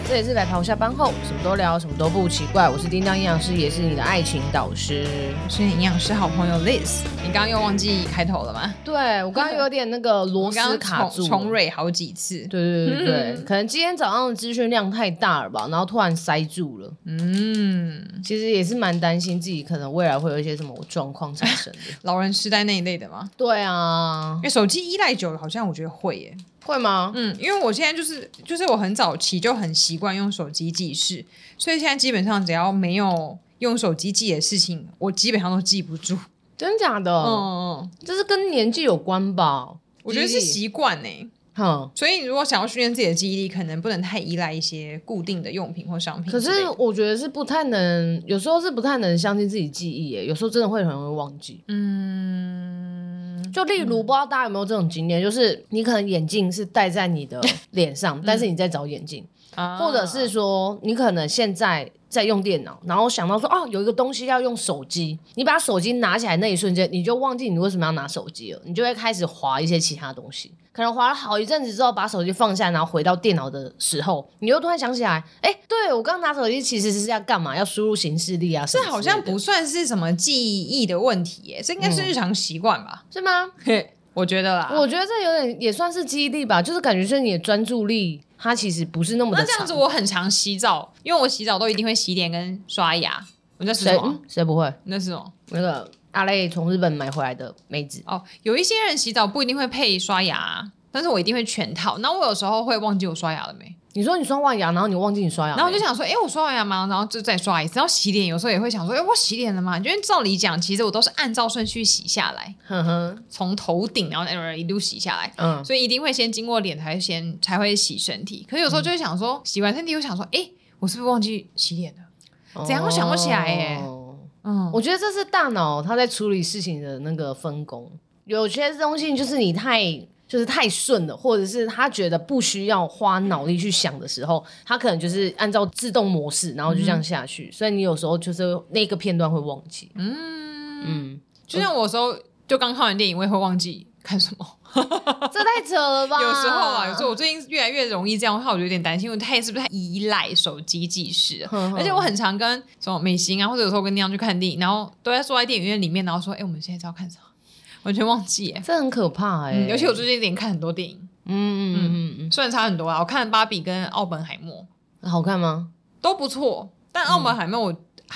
这里是白袍下班后，什么都聊，什么都不奇怪。我是叮当营养师，也是你的爱情导师。 我是营养师好朋友 Liz。你刚刚又忘记开头了吗？ 对，我刚刚有点那个螺丝卡住， 重蕊好几次。 对，可能今天早上的资讯量太大了吧，然后突然塞住了。其实也是蛮担心自己可能未来会有一些什么状况产生的。 老人痴呆那一类的吗？ 对啊， 因为手机依赖久了，好像我觉得会耶。 会吗？ 因为我现在就是我很早期就很习惯用手机记事，所以现在基本上只要没有用手机记的事情，我基本上都记不住。 真假的？这是跟年纪有关吧？ 我觉得是习惯欸。所以如果想要训练自己的记忆力，可能不能太依赖一些固定的用品或商品。 可是我觉得是不太能，有时候是不太能相信自己记忆耶，有时候真的会很容易忘记。就例如不知道大家有没有这种经验，就是你可能眼镜是戴在你的脸上，但是你在找眼镜，或者是说你可能现在在用电脑，然后想到说有一个东西要用手机，你把手机拿起来那一瞬间，你就忘记你为什么要拿手机了，你就会开始滑一些其他东西，可能滑了好一阵子之后，把手机放下，然后回到电脑的时候，你又突然想起来，对，我刚拿手机其实是要干嘛？要输入行事历啊什么之类的。 这好像不算是什么记忆的问题耶，这应该是日常习惯吧？ 是吗？ 我觉得啦， 我觉得这有点也算是记忆力吧，就是感觉是你的专注力，它其实不是那么的长。 那这样子，我很常洗澡，因为我洗澡都一定会洗脸跟刷牙。我在吃什么？ 谁不会？ 那是什么？ 那个阿累从日本买回来的梅子。 有一些人洗澡不一定会配刷牙，但是我一定会全套。然后我有时候会忘记我刷牙了没。 你说你刷完牙，然后你忘记你刷牙， 然后我就想说，我刷完牙吗？然后就再刷一次。然后洗脸有时候也会想说，我洗脸了吗？因为照理讲，其实我都是按照顺序洗下来，从头顶然后一路洗下来，所以一定会先经过脸才会洗身体。可是有时候就会想说，洗完身体又想说，我是不是忘记洗脸了？怎样我想不起来耶。 我觉得这是大脑它在处理事情的那个分工，有些东西就是你太顺了，或者是他觉得不需要花脑力去想的时候，他可能就是按照自动模式，然后就这样下去，所以你有时候就是那个片段会忘记。 就像我有时候就刚看完电影，我也会忘记看什么。 这太扯了吧？ 有时候我最近越来越容易这样，我就有点担心，我是不是太依赖手机记事了？而且我很常跟什么美心啊，或者有时候跟那样去看电影，然后都在坐在电影院里面，然后说，我们现在要看什么？完全忘记耶， 这很可怕尤其我最近连看很多电影，虽然差很多啦，我看了芭比跟奥本海默， 好看吗？ 都不错，但奥本海默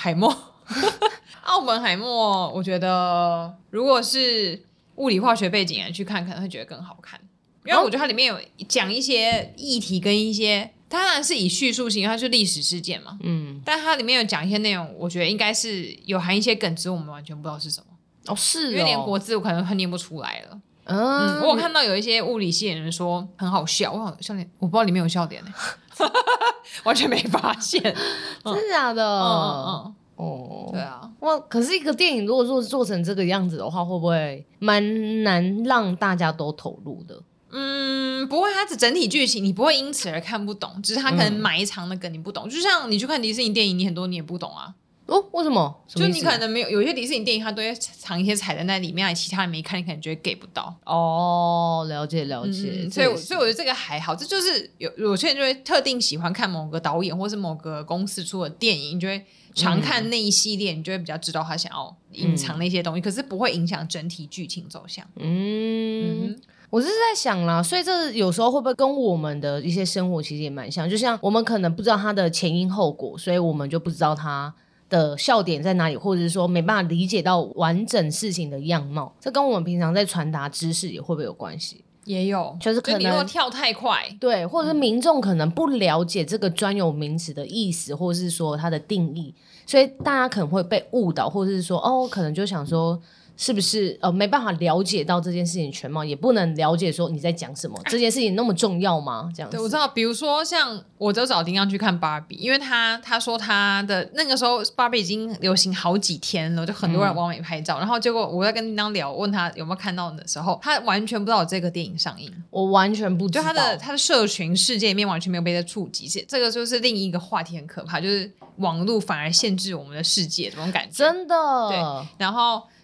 奥本海默，我觉得如果是物理化学背景人去看，可能会觉得更好看，因为我觉得它里面有讲一些议题跟一些，它当然是以叙述型，它是历史事件嘛，但它里面有讲一些内容，我觉得应该是有含一些梗，只是我们完全不知道是什么。 是因为连国字我可能快念不出来了。我有看到有一些物理系的人说很好笑，笑点我不知道里面有笑点完全没发现。 真的假的？ 对啊。 可是一个电影如果说做成这个样子的话，会不会蛮难让大家都投入的？ 不会，它整体剧情你不会因此而看不懂，只是它可能埋藏的梗你不懂，就像你去看迪士尼电影，你很多你也不懂啊。 为什么？ 就你可能没有些迪士尼电影，它都会藏一些彩蛋在里面，其他人没看，你可能觉得 get 不到。 了解。 所以我觉得这个还好，这就是有些人就会特定喜欢看某个导演或是某个公司出的电影，你就会常看那一系列，你就会比较知道他想要隐藏那些东西，可是不会影响整体剧情走向。 我是在想啦，所以这有时候会不会跟我们的一些生活其实也蛮像，就像我们可能不知道它的前因后果，所以我们就不知道它的笑点在哪里，或者是说没办法理解到完整事情的样貌，这跟我们平常在传达知识也会不会有关系？ 也有， 就是可能你如果跳太快， 对，或者是民众可能不了解这个专有名词的意思，或者是说它的定义，所以大家可能会被误导，或者是说可能就想说是不是没办法了解到这件事情全貌，也不能了解说你在讲什么，这件事情那么重要吗？这样子。 对，我知道，比如说像我就找丁亮去看芭比，因为他说他的那个时候芭比已经流行好几天了，就很多人往美拍照，然后结果我在跟丁亮聊，问他有没有看到的时候，他完全不知道有这个电影上映， 我完全不知道， 就他的社群世界里面完全没有被他触及，这个就是另一个话题，很可怕，就是网络反而限制我们的世界这种感觉， 真的。 对，然后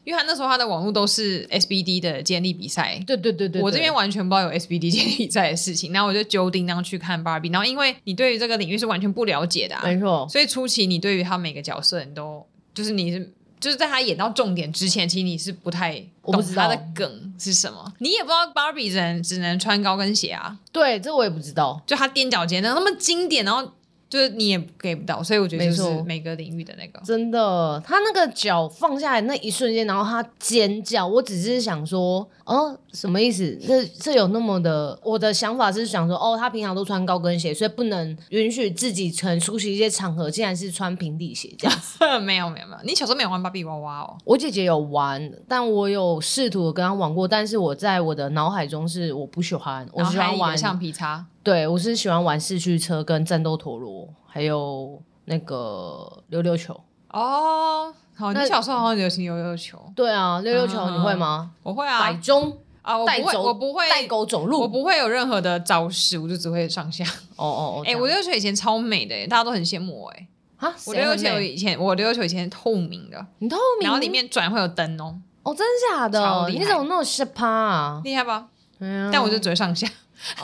因为他那时候他的网络都是 SBD 的接力比赛， 对， 我这边完全不知道有 SBD 接力比赛的事情，然后我就揪叮当去看 Barbie， 然后因为你对于这个领域是完全不了解的没错， 所以初期你对于他每个角色你都就是你是。就是在他演到重点之前，其实你是不太懂他的梗是什么，你也不知道 Barbie 只能穿高跟鞋啊。 对，这我也不知道。 就他踮脚尖那么经典，然后就是你也 get 不到，所以我觉得就是每个领域的那个真的，他那个脚放下来那一瞬间，然后他尖叫，我只是想说，什么意思？这有那么的？我的想法是想说，他平常都穿高跟鞋，所以不能允许自己很出席一些场合，竟然是穿平底鞋这样子。 没有，你小时候没有玩芭比娃娃哦？ 我姐姐有玩，但我有试图跟她玩过，但是我在我的脑海中是我不喜欢，我喜欢玩橡皮擦。 对，我是喜欢玩四驱车跟战斗陀螺，还有那个溜溜球。 哦，好，你小时候好像流行溜溜球。 对啊，溜溜球你会吗？ 我会啊， 摆钟啊，我不会带狗走路， 我不会有任何的招式，我就只会上下。 我溜溜球以前超美的，大家都很羡慕我我溜溜球以前透明的， 你透明， 然后里面转会有灯哦。 哦，真的假的？你怎么那么失趴啊？ 厉害吧？但我就只会上下。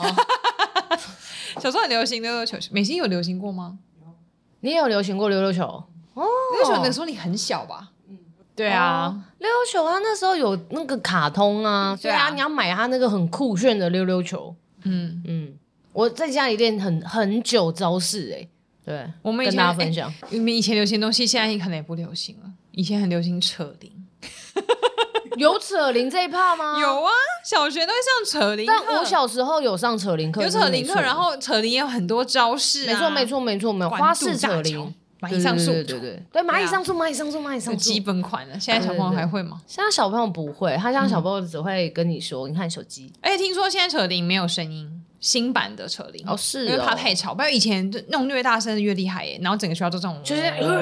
小时候很流行溜溜球，美心有流行过吗？ 你也有流行过溜溜球？ 溜溜球那时候你很小吧？对啊， 溜溜球它那时候有那个卡通啊，对啊，你要买它那个很酷炫的溜溜球。我在家里练很久招式对， 我们跟大家分享。 我们以前流行东西，现在可能也不流行了。以前很流行扯铃。 有扯铃这一趴吗？ 有啊，小学都会上扯铃课。 但我小时候有上扯铃课， 有扯铃课，然后扯铃也有很多招式啊。没错，花式扯铃， 蚂蚁上树， 对，蚂蚁上树， 基本款的。现在小朋友还会吗？ 现在小朋友不会，他现在小朋友只会跟你说，你看手机。 而且听说现在扯铃没有声音，新版的扯铃是因为怕太吵，不然以前那种越大声越厉害然后整个学校都这种， 就是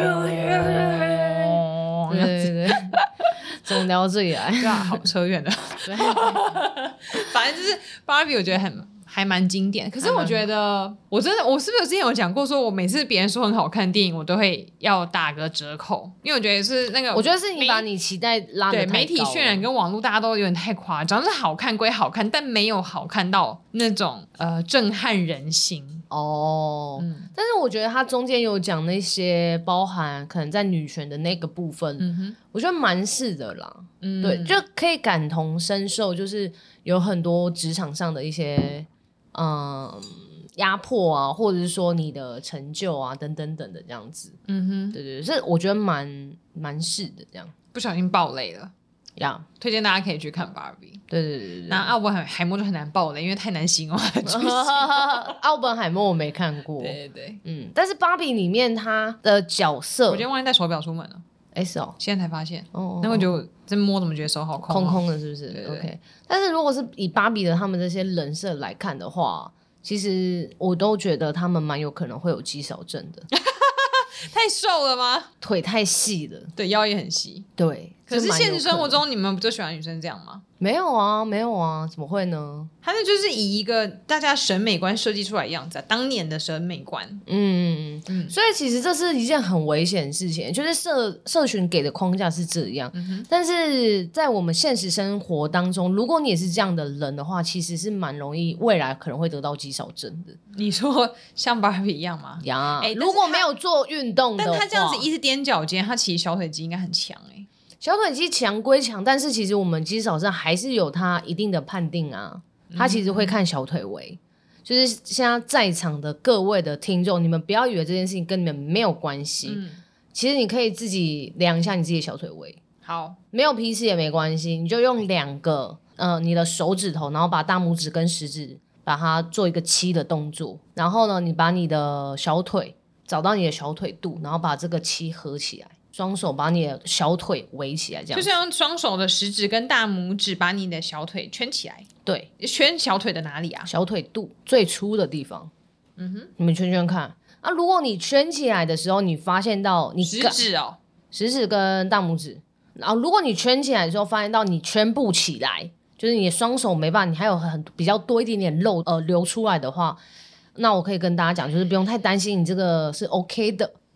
对。怎么聊到这里来？ 对啊，好扯远了。反正就是芭比，我觉得还蛮经典。可是我觉得，我是不是之前有讲过，说我每次别人说很好看的电影，我都会要打个折扣，因为我觉得是那个， 我觉得是你把你期待拉得太高了。对， 媒体渲染跟网络大家都有点太夸张，是好看归好看，但没有好看到那种震撼人心。 但是我觉得它中间有讲那些包含可能在女权的那个部分，我觉得蛮是的啦。对，就可以感同身受，就是有很多职场上的一些压迫啊，或者是说你的成就啊等等等的这样子。对，这我觉得蛮是的这样。 不小心爆雷了。推荐大家可以去看 Barbie。 对。 那奥本海默就很难爆雷，因为太难形容了。 奥本海默我没看过。 对。 但是 Barbie 里面他的角色， 我今天忘记带手表出门了。 是哦， 现在才发现。那我就真摸怎么觉得手好空空的，是不是？对 OK。但是如果是以芭比的他们这些人设来看的话，其实我都觉得他们蛮有可能会有肌少症的。 太瘦了吗？ 腿太细了， 对，腰也很细。 对， 可是现实生活中你们不就喜欢女生这样吗？ 没有啊，怎么会呢？ 他那就是以一个大家审美观设计出来的样子当年的审美观。 所以其实这是一件很危险的事情，就是社群给的框架是这样，但是在我们现实生活当中，如果你也是这样的人的话，其实是蛮容易未来可能会得到肌少症的。 你说像 Barbie 一样吗？ 如果没有做运动的话， 但他这样子一直踮脚尖，他其实小腿肌应该很强小腿肌强归强，但是其实我们肌少症还是有它一定的判定啊。他其实会看小腿围，就是现在场的各位的听众，你们不要以为这件事情跟你们没有关系。其实你可以自己量一下你自己的小腿围。 好， 没有皮尺也没关系，你就用2个你的手指头，然后把大拇指跟食指把它做一个7的动作，然后呢，你把你的小腿找到你的小腿肚，然后把这个7合起来。双手把你的小腿围起来，这样就是用双手的食指跟大拇指把你的小腿圈起来。 对， 圈小腿的哪里啊？ 小腿肚最粗的地方。你们圈圈看啊！如果你圈起来的时候，你发现到你食指跟大拇指，然后如果你圈起来的时候，发现到你圈不起来，就是你的双手没办法，你还有比较多一点点肉流出来的话，那我可以跟大家讲，就是不用太担心，你这个是 OK 的。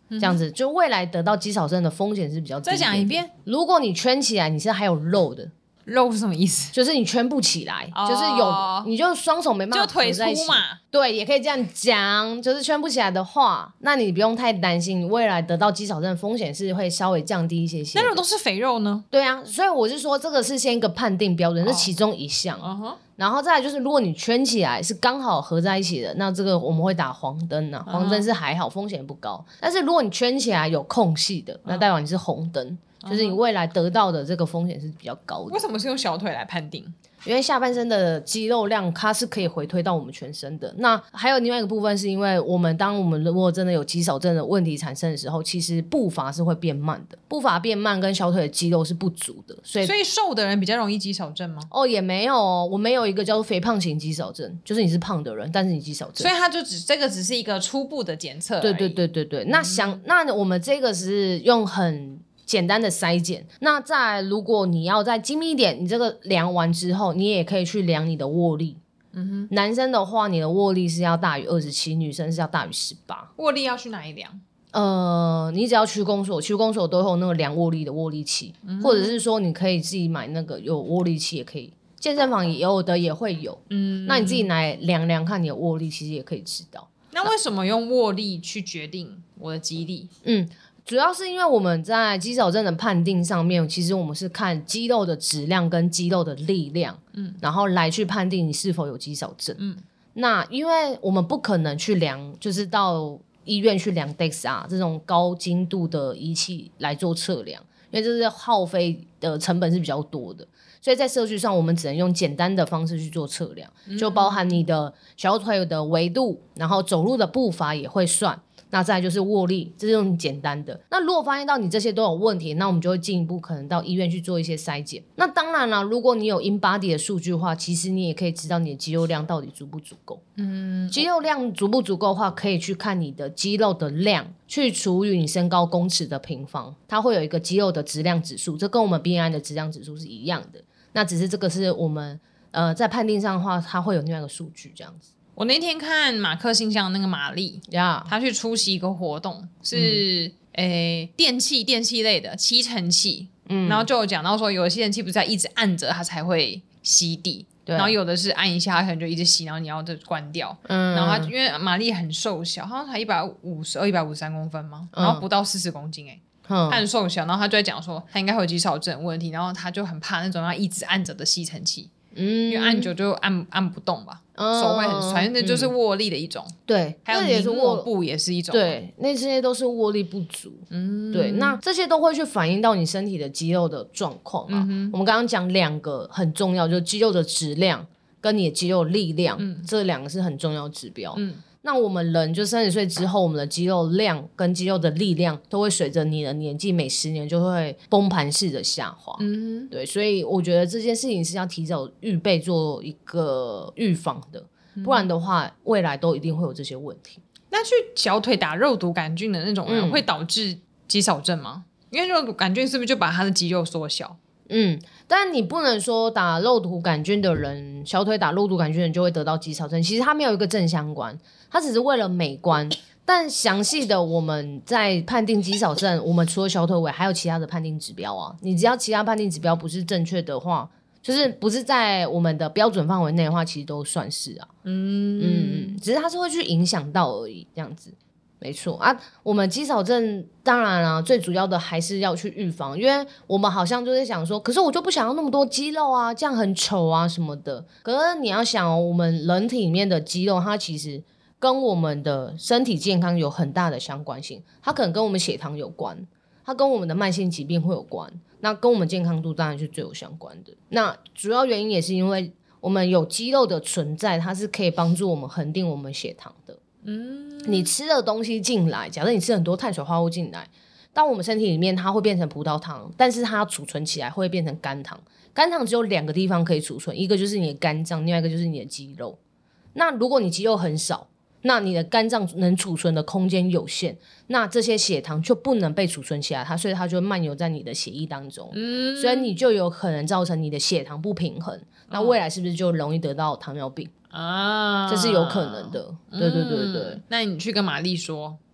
这样子就未来得到肌少症的风险是比较低。 再讲一遍， 如果你圈起来，你是还有肉的。 肉是什么意思？ 就是你圈不起来，就是你就双手没办法合在一起， 就腿粗嘛。 对，也可以这样讲，就是圈不起来的话，那你不用太担心，你未来得到肌少症的风险是会稍微降低一些些。 那如果都是肥肉呢？ 对啊，所以我是说这个是先一个判定标准，是其中一项。然后再来就是，如果你圈起来是刚好合在一起的，那这个我们会打黄灯啊，黄灯是还好，风险不高。但是如果你圈起来有空隙的，那代表你是红灯。就是你未来得到的这个风险是比较高的。 为什么是用小腿来判定？ 因为下半身的肌肉量它是可以回推到我们全身的。那还有另外一个部分是因为当我们如果真的有肌少症的问题产生的时候，其实步伐是会变慢的，步伐变慢跟小腿的肌肉是不足的，所以瘦的人比较容易肌少症吗？ 也没有哦，我们有一个叫做肥胖型肌少症，就是你是胖的人，但是你肌少症， 所以它就这个只是一个初步的检测。 对。那我们这个是用很简单的筛检。那再来如果你要再精密一点，你这个量完之后，你也可以去量你的握力。男生的话，你的握力是要大于27，女生是要大于18。 握力要去哪里量？ 你只要区公所都会有那个量握力的握力器，或者是说你可以自己买那个有握力器也可以，健身房有的也会有。那你自己来量量看你的握力，其实也可以知道。 那为什么用握力去决定我的肌力？ 主要是因为我们在肌少症的判定上面，其实我们是看肌肉的质量跟肌肉的力量，然后来去判定你是否有肌少症。那因为我们不可能去量，就是到医院去量 DEXA 这种高精度的仪器来做测量，因为这是耗费的成本是比较多的，所以在社区上我们只能用简单的方式去做测量，就包含你的小腿的维度，然后走路的步伐也会算。那再来就是握力，这是用简单的。那如果发现到你这些都有问题，那我们就会进一步可能到医院去做一些筛检。那当然了，如果你有 InBody 的数据的话，其实你也可以知道你的肌肉量到底足不足够。肌肉量足不足够的话，可以去看你的肌肉的量去除以你身高公尺的平方，它会有一个肌肉的质量指数，这跟我们 BMI 的质量指数是一样的。那只是这个是我们在判定上的话，它会有另外一个数据这样子。 我那天看马克信箱那个玛丽，她去出席一个活动，是电器类的吸尘器，然后就有讲到说，有的吸尘器不是要一直按着它才会吸地，然后有的是按一下它可能就一直吸，然后你要就关掉。然后因为玛丽很瘦小，好像才152、153公分嘛，然后不到40公斤她很瘦小，然后她就在讲说她应该会有肌少症问题，然后她就很怕那种要一直按着的吸尘器。因为按久就按不动吧，手会很酸，那就是握力的一种。 对， 还有拧抹布也是一种。 对，那这些都是握力不足。对，那这些都会去反映到你身体的肌肉的状况啊。我们刚刚讲2个很重要，就是肌肉的质量跟你的肌肉力量，这2个是很重要的指标。那我们人就30岁之后，我们的肌肉量跟肌肉的力量都会随着你的年纪每10年就会崩盘式的下滑。对，所以我觉得这件事情是要提早预备做一个预防的，不然的话未来都一定会有这些问题。 那去小腿打肉毒杆菌的那种人会导致肌少症吗？因为肉毒杆菌是不是就把他的肌肉缩小？ 但你不能说打肉毒杆菌的人，小腿打肉毒杆菌的人就会得到肌少症，其实它没有一个正相关，它只是为了美观。但详细的我们在判定肌少症，我们除了小腿围还有其他的判定指标啊。你只要其他判定指标不是正确的话，就是不是在我们的标准范围内的话，其实都算是啊。只是它是会去影响到而已，这样子。没错啊，我们肌少症当然啦，最主要的还是要去预防，因为我们好像就在想说，可是我就不想要那么多肌肉啊，这样很丑啊什么的。可是你要想我们人体里面的肌肉，它其实跟我们的身体健康有很大的相关性，它可能跟我们血糖有关，它跟我们的慢性疾病会有关，那跟我们健康度当然是最有相关的。那主要原因也是因为我们有肌肉的存在，它是可以帮助我们恒定我们血糖的。你吃的东西进来，假设你吃很多碳水化合物进来，到我们身体里面它会变成葡萄糖，但是它储存起来会变成肝糖。肝糖只有2个地方可以储存，一个就是你的肝脏，另外一个就是你的肌肉。那如果你肌肉很少，那你的肝脏能储存的空间有限，那这些血糖就不能被储存起来，所以它就漫游在你的血液当中，所以你就有可能造成你的血糖不平衡，那未来是不是就容易得到糖尿病啊？这是有可能的。对。 那你去跟玛丽说，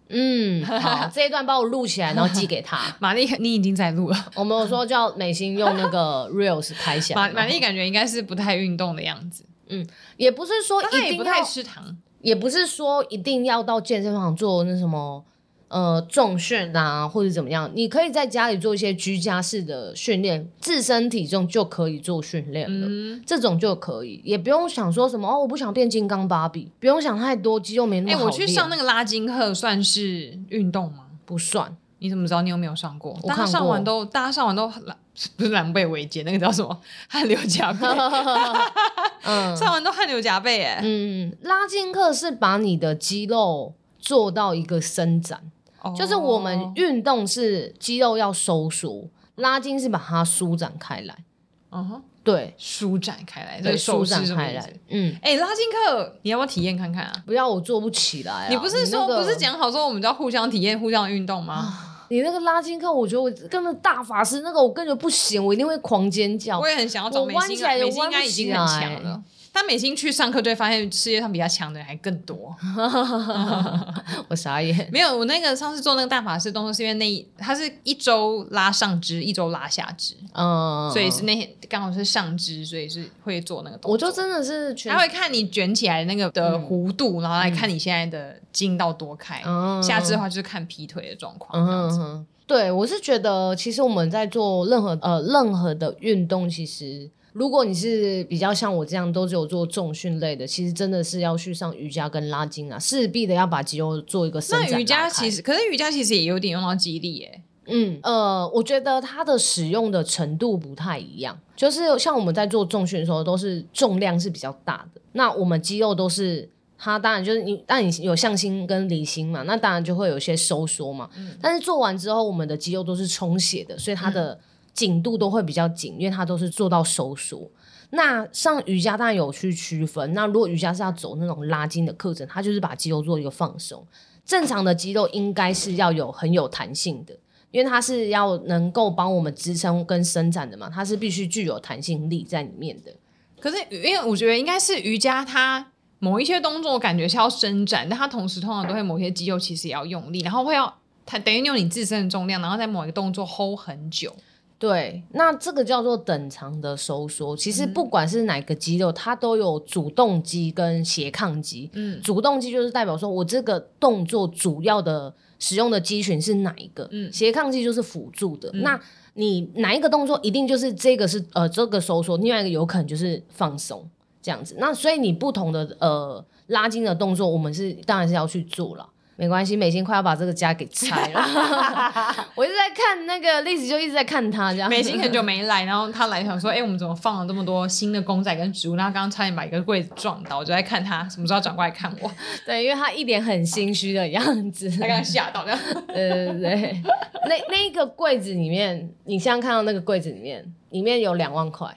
好，这一段帮我录起来，然后寄给他。 玛丽，你已经在录了。 我们有说叫美心用那个 reels 拍下来。 玛丽感觉应该是不太运动的样子。 也不是说一定要， 也不太吃糖， 也不是说一定要到健身房做那什么重训啊，或者怎么样，你可以在家里做一些居家式的训练，自身体重就可以做训练了，这种就可以，也不用想说什么我不想变金刚芭比，不用想太多，肌肉没那么好练。 我去上那个拉筋课算是运动吗？ 不算。 你怎么知道？你有没有上过？ 我看过， 大家上完都不是狼狈为奸，那个叫什么汗流浃背。上完都汗流浃背耶。 拉筋课是把你的肌肉做到一个伸展，就是我们运动是肌肉要收缩，拉筋是把它舒展开来。对， 舒展开来， 对，舒展开来。 拉筋课你要不要体验看看啊？ 不要，我做不起来。 你不是说不是讲好说我们就要互相体验、互相运动吗？ 你那个拉筋课，我觉得我根本大法师那个我根本不行，我一定会狂尖叫。 我也很想要找美心，美心应该已经很强了。但美心去上课就会发现世界上比他强的人还更多。 我傻眼。 没有，我那个上次做那个大法师动作是因为他是一周拉上肢，一周拉下肢，所以是那天刚好是上肢，所以是会做那个动作。 我就真的是他会看你卷起来那个的弧度，然后来看你现在的筋到多开。下肢的话就是看劈腿的状况。 对，我是觉得其实我们在做任何的运动，其实如果你是比较像我这样都只有做重训类的，其实真的是要去上瑜伽跟拉筋啊，势必的要把肌肉做一个伸展。 那瑜伽其实也有点用到肌力耶。 我觉得它的使用的程度不太一样，就是像我们在做重训的时候，都是重量是比较大的，那我们肌肉都是。它当然就是当你有向心跟离心嘛，那当然就会有一些收缩嘛。但是做完之后，我们的肌肉都是充血的，所以它的紧度都会比较紧，因为它都是做到收缩。那上瑜伽当然有去区分，那如果瑜伽是要走那种拉筋的课程，它就是把肌肉做一个放松。正常的肌肉应该是要很有弹性的，因为它是要能够帮我们支撑跟伸展的嘛，它是必须具有弹性力在里面的。 可是因为我觉得应该是瑜伽它某一些动作感觉是要伸展，但它同时通常都会某些肌肉其实也要用力，然后它等于用你自身的重量，然后在某一个动作 hold 很久。 对，那这个叫做等长的收缩。其实不管是哪个肌肉，它都有主动肌跟斜抗肌。主动肌就是代表说我这个动作主要的使用的肌群是哪一个，斜抗肌就是辅助的。那你哪一个动作一定就是这个是这个收缩，另外一个有可能就是放松。这样子，那所以你不同的拉筋的动作，我们当然是要去做了。没关系，美心快要把这个家给拆了。我一直在看那个历史，就一直在看他这样。 美心很久没来，然后他来想说，我们怎么放了这么多新的公仔跟植物？然后刚刚差点把一个柜子撞到，我就在看他什么时候转过来看我。 对，因为他一脸很心虚的样子， 他刚刚吓到的。 对，那个柜子里面，你现在看到那个柜子里面有2万块。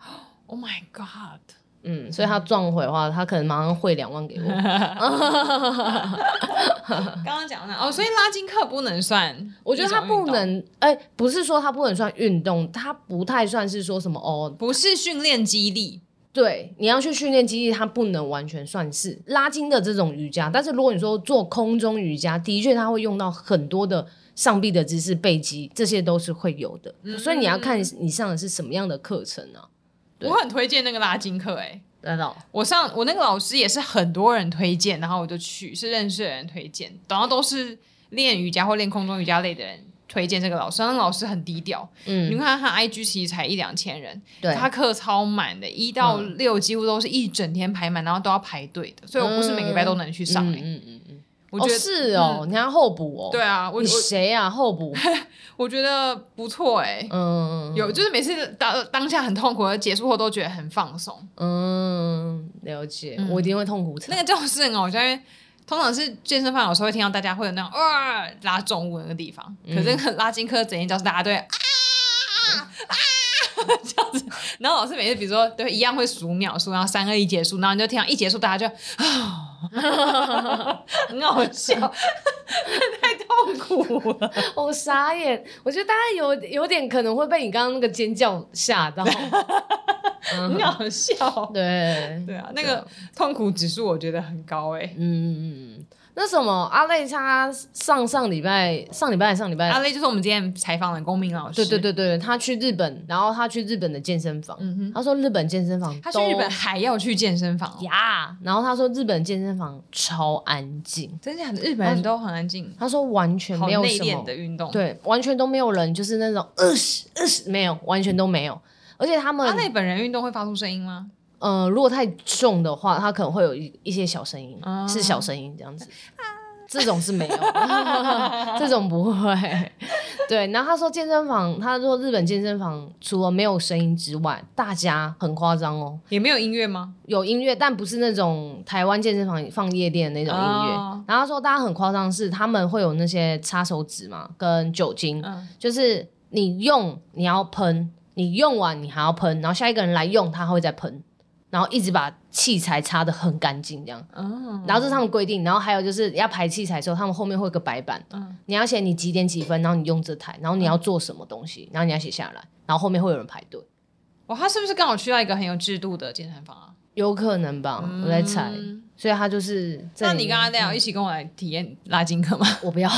Oh my god！ 所以他撞毁的话，他可能马上汇2万给我。 刚刚讲的所以拉筋课不能算， 我觉得他不能，不是说他不能算运动，他不太算是说什么不是训练肌力。 对，你要去训练肌力，它不能完全算是拉筋的这种瑜伽。但是如果你说做空中瑜伽，的确它会用到很多的上臂的姿势、背肌，这些都是会有的。所以你要看你上的是什么样的课程啊。 我很推荐那个拉筋课我那个老师也是很多人推荐，然后我就去，是认识的人推荐，然后都是练瑜伽或练空中瑜伽类的人推荐这个老师。那个老师很低调，你看他 IG 其实才1-2千人，他课超满的，1到6几乎都是一整天排满，然后都要排队的，所以我不是每个礼拜都能去上。我觉得是你要候补对啊， 你谁啊候补？ 我觉得不错有就是每次当下很痛苦，而结束后都觉得很放松。 了解，我一定会痛苦惨。 那个教室很好笑，因为通常是健身房有时候会听到大家会有那种拉重物的那个地方，可是那个拉筋课整间教室大家都会这样子，然后老师每次比如说都一样会数秒数，然后3、2、1结束，然后你就听到一结束大家就很好笑，太痛苦了， 我傻眼。我觉得大家有点可能会被你刚刚那个尖叫吓到。 很好笑。 对啊，那个痛苦指数我觉得很高那什么阿累他上礼拜阿累就是我们今天采访的公民老师， 对，他去日本，然后他去日本的健身房，他说日本健身房他去日本还要去健身房呀，然后他说日本健身房超安静， 真的日本人都很安静， 他说完全没有什么内敛的运动， 对，完全都没有人就是那种没有，完全都没有，而且他们阿累本人运动会发出声音吗？ 如果太重的话，它可能会有一些小声音，是小声音这样子。这种是没有，这种不会。对，然后他说健身房，他说日本健身房除了没有声音之外，大家很夸张哦， 也没有音乐吗？ 有音乐，但不是那种台湾健身房放夜店的那种音乐。然后他说大家很夸张是他们会有那些擦手纸嘛，跟酒精，就是你用你要喷。你用完你还要喷，然后下一个人来用他会再喷，然后一直把器材擦得很干净这样，然后这是他们规定。然后还有就是要排器材的时候，他们后面会有个白板，你要写你几点几分，然后你用这台，然后你要做什么东西，然后你要写下来，然后后面会有人排队。 哇，他是不是刚好去到一个很有制度的健身房啊？ 有可能吧，我在猜。所以他就是在那你跟阿戴一起跟我来体验拉筋课吗？ 我不要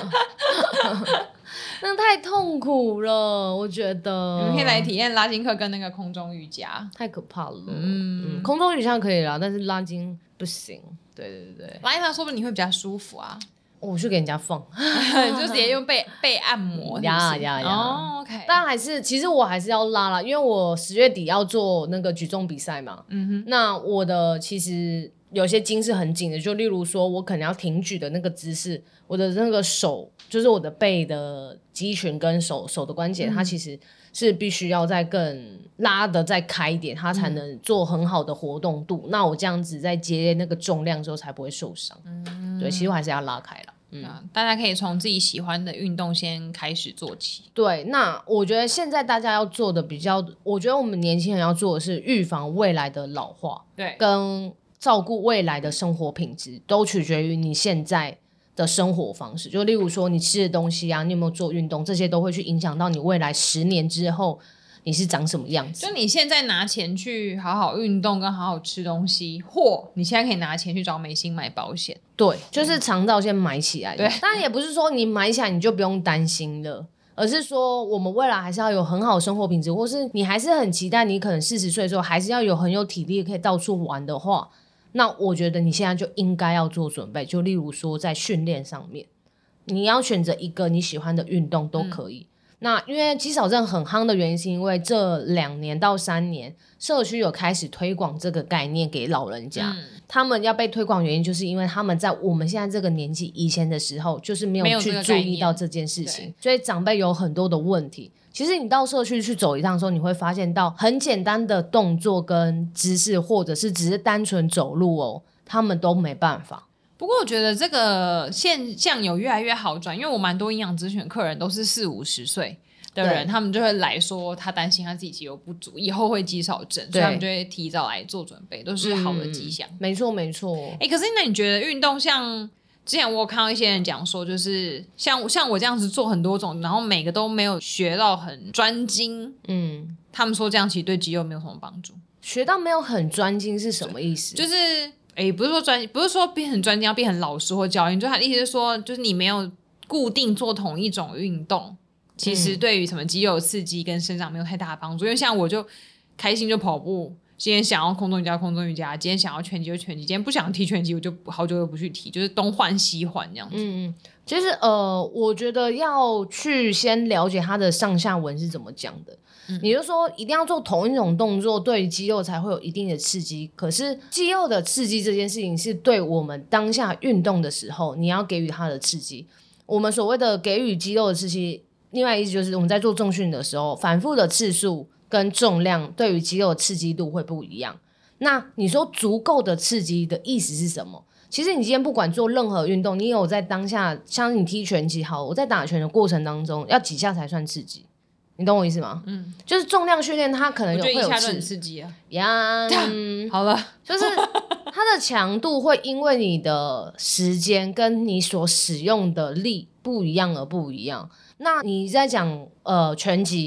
那太痛苦了，我觉得。 你们可以来体验拉筋课跟那个空中瑜伽， 太可怕了。空中瑜伽可以啦，但是拉筋不行。对， 拉筋它说不定你会比较舒服啊。 我去给人家放， 就直接用背按摩。 呀。 OK。 但还是，其实我还是要拉啦，因为我10月底要做那个举重比赛嘛。那我的其实有些筋是很紧的，就例如说我可能要挺举的那个姿势，我的那个手，就是我的背的肌群跟手的关节，它其实是必须要再更拉的再开一点，它才能做很好的活动度。那我这样子在接那个重量之后才不会受伤。对，其实我还是要拉开啦。 大家可以从自己喜欢的运动先开始做起。 对，那我觉得现在大家要做的比较，我觉得我们年轻人要做的是预防未来的老化， 对， 跟照顾未来的生活品质，都取决于你现在的生活方式。就例如说你吃的东西啊，你有没有做运动，这些都会去影响到你未来10年之后你是长什么样子。 就你现在拿钱去好好运动跟好好吃东西，或你现在可以拿钱去找美心买保险。 对，就是肠道先买起来。 对， 当然也不是说你买起来你就不用担心了，而是说我们未来还是要有很好的生活品质，或是你还是很期待你可能40岁的时候还是要有很有体力可以到处玩的话，那我觉得你现在就应该要做准备。就例如说在训练上面，你要选择一个你喜欢的运动都可以。那因为肌少症很夯的原因是因为这2年到3年社区有开始推广这个概念给老人家，他们要被推广原因就是因为他们在我们现在这个年纪以前的时候就是没有去注意到这件事情，所以长辈有很多的问题。其实你到社区去走一趟的时候，你会发现到很简单的动作跟姿势，或者是只是单纯走路哦，他们都没办法。 不过我觉得这个现象有越来越好转，因为我蛮多营养咨询客人都是40-50岁的人，他们就会来说他担心他自己肌肉不足，以后会肌少症，所以他们就会提早来做准备，都是好的迹象。 没错。 可是那你觉得运动像之前我有看到一些人讲说，就是像我这样子做很多种，然后每个都没有学到很专精，他们说这样其实对肌肉没有什么帮助。 学到没有很专精是什么意思？ 就是不是说变很专精要变很老师或教练，就他的意思是说，就是你没有固定做同一种运动，其实对于什么肌肉刺激跟生长没有太大的帮助。因为像我就开心就跑步，今天想要空中瑜伽，今天想要拳击就拳击，今天不想踢拳击我就好久都不去踢，就是东换西换这样子。 其实我觉得要去先了解它的上下文是怎么讲的。也就是说一定要做同一种动作对于肌肉才会有一定的刺激，可是肌肉的刺激这件事情是对我们当下运动的时候你要给予它的刺激。我们所谓的给予肌肉的刺激，另外意思就是我们在做重训的时候反复的次数跟重量对于肌肉的刺激度会不一样。那你说足够的刺激的意思是什么？其实你今天不管做任何运动，你有在当下，像你踢拳击好，我在打拳的过程当中要几下才算刺激？你懂我意思吗？就是重量训练它可能会有一下就很刺激啊呀。 好了， 就是它的强度会因为你的时间跟你所使用的力不一样而不一样。那你在讲拳击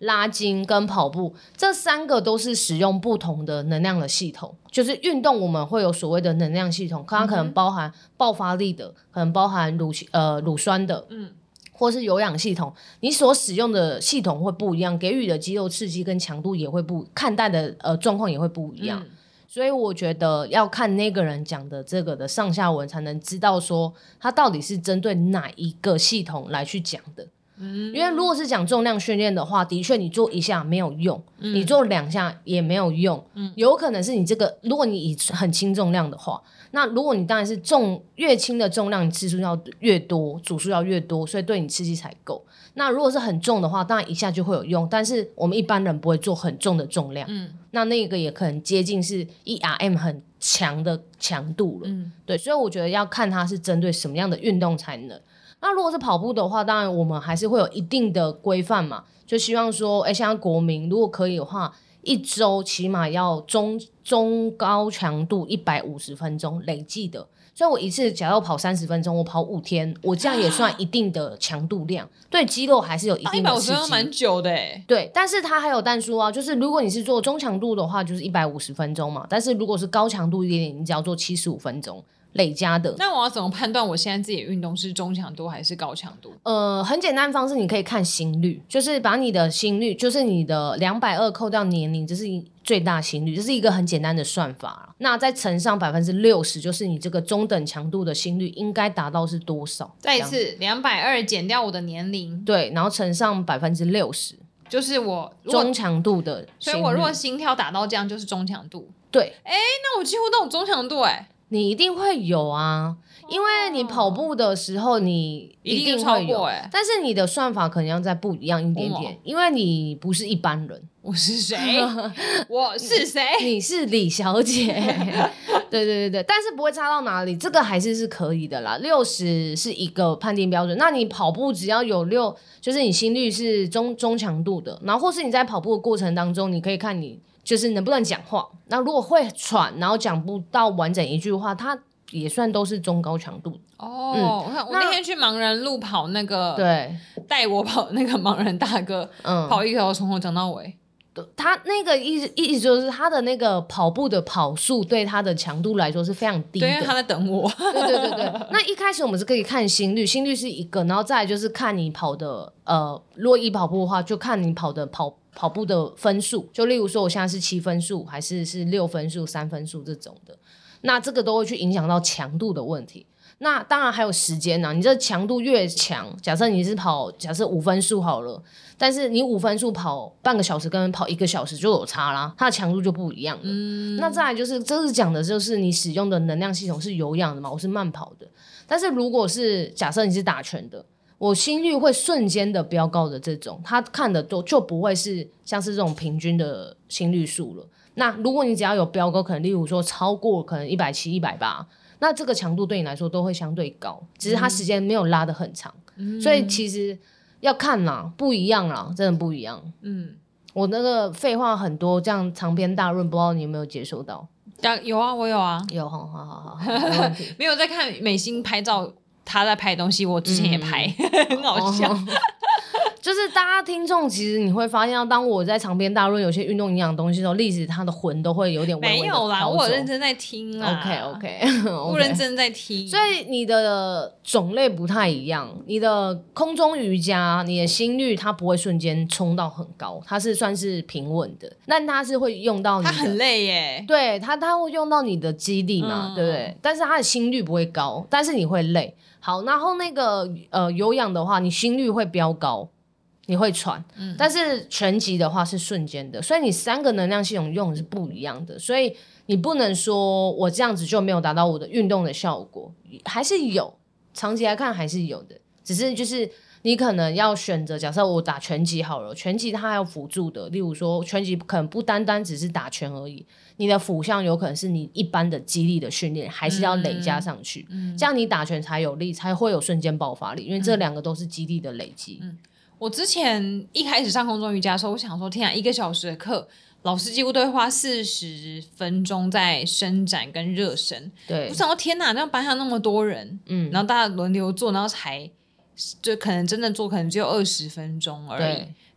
拉筋跟跑步，这3个都是使用不同的能量的系统。就是运动我们会有所谓的能量系统，它可能包含爆发力的，可能包含乳酸的，或是有氧系统，你所使用的系统会不一样，给予的肌肉刺激跟强度也会看待的状况也会不一样。所以我觉得要看那个人讲的这个的上下文，才能知道说他到底是针对哪一个系统来去讲的。因为如果是讲重量训练的话，的确你做1下没有用，你做2下也没有用，有可能是你这个，如果你以很轻重量的话，那如果你当然是越轻的重量，你次数要越多，组数要越多，所以对你刺激才够。那如果是很重的话，当然1下就会有用，但是我们一般人不会做很重的重量，那个也可能接近是 1RM 很强的强度了，对，所以我觉得要看它是针对什么样的运动才能。那如果是跑步的话，当然我们还是会有一定的规范嘛，就希望说现在国民如果可以的话，1周起码要中高强度150分钟累计的，所以我一次假如跑30分钟，我跑5天，我这样也算一定的强度量，对肌肉还是有一定的刺激。150分钟蛮久的耶。 对，但是它还有但书啊，就是如果你是做中强度的话，就是150分钟嘛，但是如果是高强度一点点，你只要做75分钟。累加的。 那我要怎么判断我现在自己的运动是中强度还是高强度？ 很简单的方式，你可以看心率，就是把你的心率，就是你的220扣掉年龄，这是最大心率，这是一个很简单的算法。那再乘上60%，就是你这个中等强度的心率应该达到是多少？ 再一次220减掉我的年龄， 对，然后乘上60%， 就是我中强度的心率。 所以我如果心跳达到这样，就是中强度。 对， 那我几乎都有中强度你一定会有啊，因为你跑步的时候你一定会有，但是你的算法可能要再不一样一点点，因为你不是一般人。 我是谁？我是谁？ 你是李小姐。对，但是不会差到哪里，这个还是可以的啦。60是一个判定标准，那你跑步只要有6，就是你心率是中强度的，然后或是你在跑步的过程当中，你可以看你就是能不能讲话，那如果会喘，然后讲不到完整一句话，它也算都是中高强度。 我那天去盲人路跑，那个对带我跑那个盲人大哥，跑一条从头讲到尾。 他那个意思就是他的那个跑步的跑速对他的强度来说是非常低的， 对，因为他在等我。 对。那一开始我们是可以看心率是一个，然后再来就是看你跑的如果跑步的话，就看你跑步的分数，就例如说我现在是7分数还是6分数3分数这种的，那这个都会去影响到强度的问题。那当然还有时间啊，你这强度越强，假设你是假设5分数好了，但是你5分数跑半个小时跟跑1个小时就有差啦，它的强度就不一样了。那再来就是这是讲的就是你使用的能量系统是有氧的嘛，我是慢跑的，但是如果是假设你是打拳的，我心率会瞬间的飙高的这种，他看的就不会是像是这种平均的心率数了。那如果你只要有飙高，可能例如说超过可能170、180，那这个强度对你来说都会相对高，只是它时间没有拉得很长，所以其实要看啦，不一样啦，真的不一样。我那个废话很多，这样长篇大论，不知道你有没有接收到？ 有啊，我有啊， 有，好，没问题。 没有在看美心拍照，他在拍东西，我之前也拍，很好笑。 就是大家听众，其实你会发现，当我在长篇大论有些运动营养的东西的时候，历史它的魂都会有点微微的没有啦，我有认真在听啦。 OK， 不认真在听。 所以你的种类不太一样，你的空中瑜伽，你的心率它不会瞬间冲到很高，它是算是平稳的，但它是会用到你的， 它很累耶。 对，它会用到你的肌力嘛，对不对？但是它的心率不会高，但是你会累。好，然后那个有氧的话，你心率会飙高，你会喘，但是拳击的话是瞬间的，所以你3个能量系统用的是不一样的，所以你不能说我这样子就没有达到我的运动的效果，还是有，长期来看还是有的，只是就是你可能要选择，假设我打拳击好了，拳击它还有辅助的，例如说拳击可能不单单只是打拳而已，你的辅项有可能是你一般的肌力的训练，还是要累加上去，这样你打拳才有力，才会有瞬间爆发力，因为这2个都是肌力的累积。 我之前一开始上空中瑜伽的时候，我想说天啊，1个小时的课，老师几乎都会花40分钟在伸展跟热身。 对， 我想说天哪，这样班上那么多人，然后大家轮流做，然后就可能真的做可能只有20分钟而已。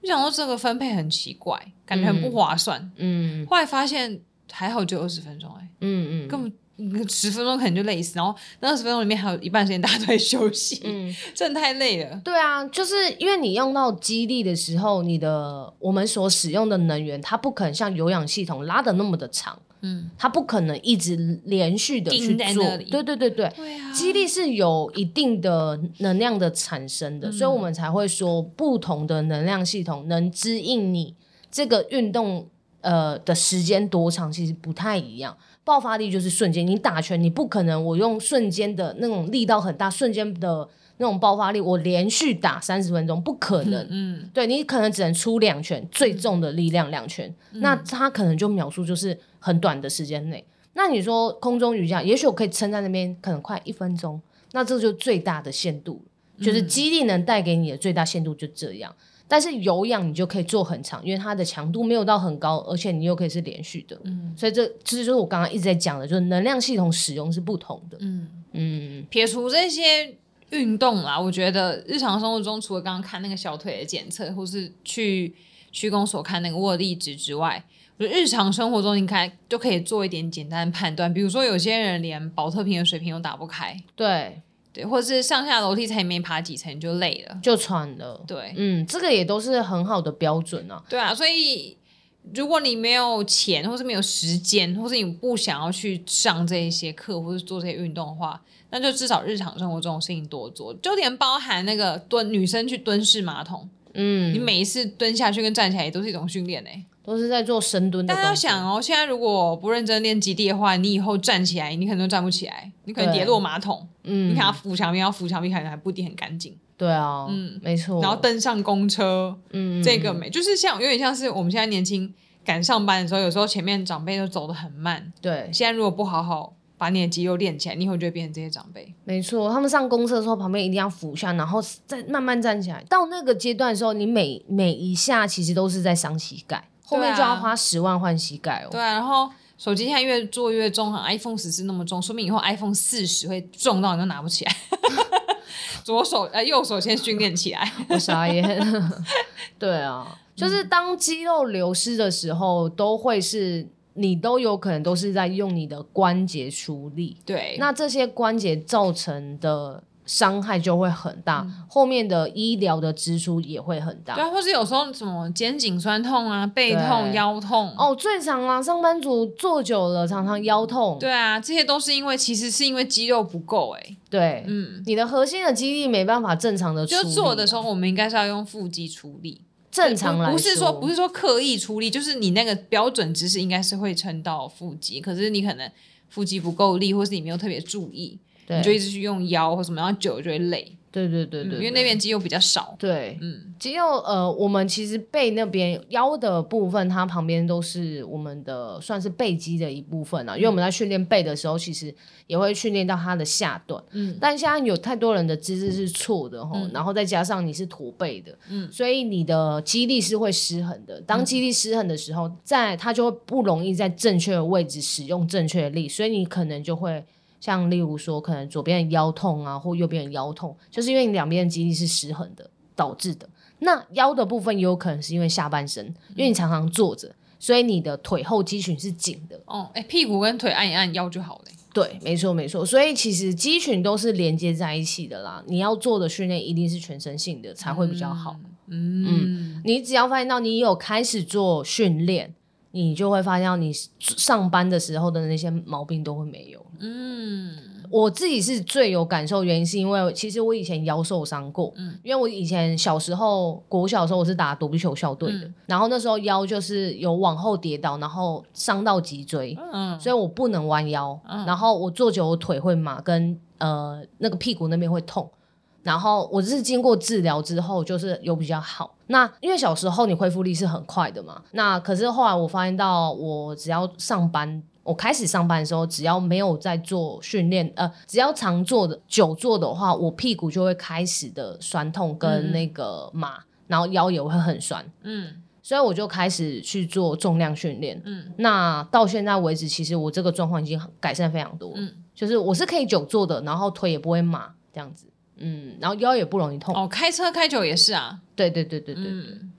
就想说这个分配很奇怪，感觉很不划算。后来发现还好就20分钟根本10分钟可能就累死，然后那20分钟里面还有一半时间大家都在休息，真的太累了。 对啊，就是因为你用到肌力的时候，我们所使用的能源，它不可能像有氧系统拉的那么的长，它不可能一直连续的去做。对啊，肌力是有一定的能量的产生的，所以我们才会说不同的能量系统能支应你这个运动的时间多长，其实不太一样。爆发力就是瞬间，你打拳你不可能我用瞬间的那种力道很大，瞬间的那种爆发力我连续打30分钟不可能。对，你可能只能出2拳最重的力量2拳，那它可能就秒数就是很短的时间内。那你说空中瑜伽也许我可以撑在那边可能快1分钟，那这就是最大的限度，就是肌力能带给你的最大限度就这样。但是有氧你就可以做很长，因为它的强度没有到很高，而且你又可以是连续的。所以这就是我刚刚一直在讲的，就是能量系统使用是不同的。 撇除这些运动啦，我觉得日常生活中除了刚刚看那个小腿的检测，或是去区公所看那个握力值之外，我觉得日常生活中应该就可以做一点简单的判断，比如说有些人连保特瓶的水瓶都打不开，对，或者是上下楼梯才没爬几层就累了， 就喘了。 对， 这个也都是很好的标准啊。 对啊，所以如果你没有钱，或是没有时间，或是你不想要去上这些课，或是做这些运动的话，那就至少日常生活中的事情多做，就连包含那个女生去蹲式马桶，你每一次蹲下去跟站起来也都是一种训练都是在做深蹲的。 大家要想哦，现在如果不认真练肌力的话，你以后站起来，你可能都站不起来，你可能跌落马桶，你可能要扶墙壁，可能还不一定很干净。 对啊，没错。 然后登上公车，这个就是有点像是我们现在年轻赶上班的时候，有时候前面长辈都走得很慢。 对， 现在如果不好好把你的肌肉练起来，你以后就会变成这些长辈。 没错，他们上公车的时候旁边一定要扶下，然后再慢慢站起来。到那个阶段的时候，你每一下其实都是在伤膝盖。后面就要花10万换膝盖对啊，然后手机现在越做越重，iPhone 14那么重，说明以后 iPhone 40会重到你都拿不起来。右手先训练起来。 我傻眼。对啊，就是当肌肉流失的时候，都会是你都有可能都是在用你的关节出力。 对， 那这些关节造成的伤害就会很大，后面的医疗的支出也会很大。 对啊，或是有时候什么肩颈酸痛啊、背痛、腰痛最常啊，上班族坐久了常常腰痛。 对啊，这些都是其实是因为肌肉不够对，你的核心的肌力没办法正常的出力。 就做的时候，我们应该是要用腹肌出力。 正常来说， 不是说刻意出力，就是你那个标准姿势应该是会撑到腹肌，可是你可能腹肌不够力，或是你没有特别注意。你就一直去用腰或什么，然后久了就会累。对，因为那边肌肉比较少。 对，肌肉我们其实背那边腰的部分，它旁边都是我们的算是背肌的一部分因为我们在训练背的时候，其实也会训练到它的下段。但现在有太多人的姿势是错的然后再加上你是驼背的，所以你的肌力是会失衡的。当肌力失衡的时候，它就会不容易在正确的位置使用正确的力，所以你可能就会。像例如说可能左边的腰痛啊，或右边的腰痛，就是因为你两边的肌力是失衡的导致的。那腰的部分也有可能是因为下半身，因为你常常坐着，所以你的腿后肌群是紧的。 屁股跟腿按一按，腰就好了。 对，没错。所以其实肌群都是连接在一起的啦。你要做的训练一定是全身性的才会比较好。你只要发现到你有开始做训练，你就会发现到你上班的时候的那些毛病都会没有。我自己是最有感受，原因是因为其实我以前腰受伤过，因为我以前小时候国小的时候我是打躲避球校队的，然后那时候腰就是有往后跌倒，然后伤到脊椎，所以我不能弯腰，然后我坐久我腿会麻，跟那个屁股那边会痛。然后我是经过治疗之后就是有比较好。那因为小时候你恢复力是很快的嘛，那可是后来我发现到我只要上班，我开始上班的时候，只要没有在做训练，只要常做的久坐的话，我屁股就会开始的酸痛跟那个麻，然后腰也会很酸。所以我就开始去做重量训练。那到现在为止，其实我这个状况已经改善非常多。就是我是可以久坐的，然后腿也不会麻这样子。然后腰也不容易痛。 开车开久也是啊。 对。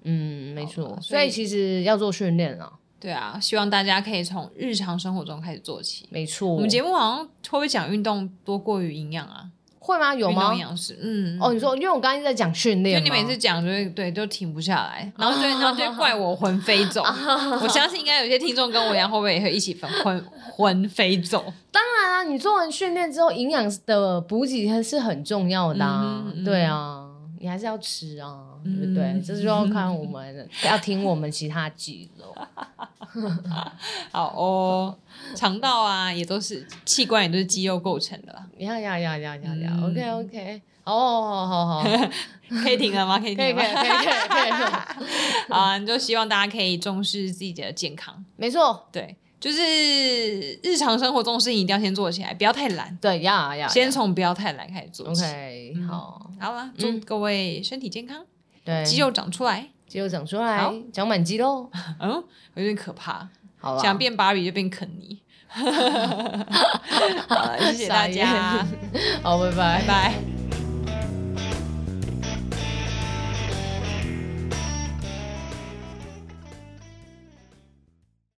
没错，所以其实要做训练啊。 对啊，希望大家可以从日常生活中开始做起。 没错， 我们节目好像会不会讲运动多过于营养啊？ 会吗？有吗？ 运动营养师， 你说，因为我刚刚在讲训练， 就你每次讲就停不下来，然后就怪我魂飞走。我相信应该有些听众跟我一样，会不会也会一起魂飞走？ 当然啊，你做完训练之后，营养的补给还是很重要的啊。对啊，你还是要吃啊，对不对？这就要看我们要听我们其他集了。 好哦，肠道啊也都是器官，也都是肌肉构成的啦。 呀，OK， 好， 可以停了吗？可以停了吗？ 可以。 好，就希望大家可以重视自己的健康。 没错， 对，就是日常生活中的事情一定要先做起来，不要太懒。 对，要先从不要太懒开始做起。 OK， 好啦，祝各位身体健康， 对， 肌肉长出来， 长满肌肉。 有点可怕。 好， 想变芭比就变肯尼。好了，谢谢大家。 好，拜拜。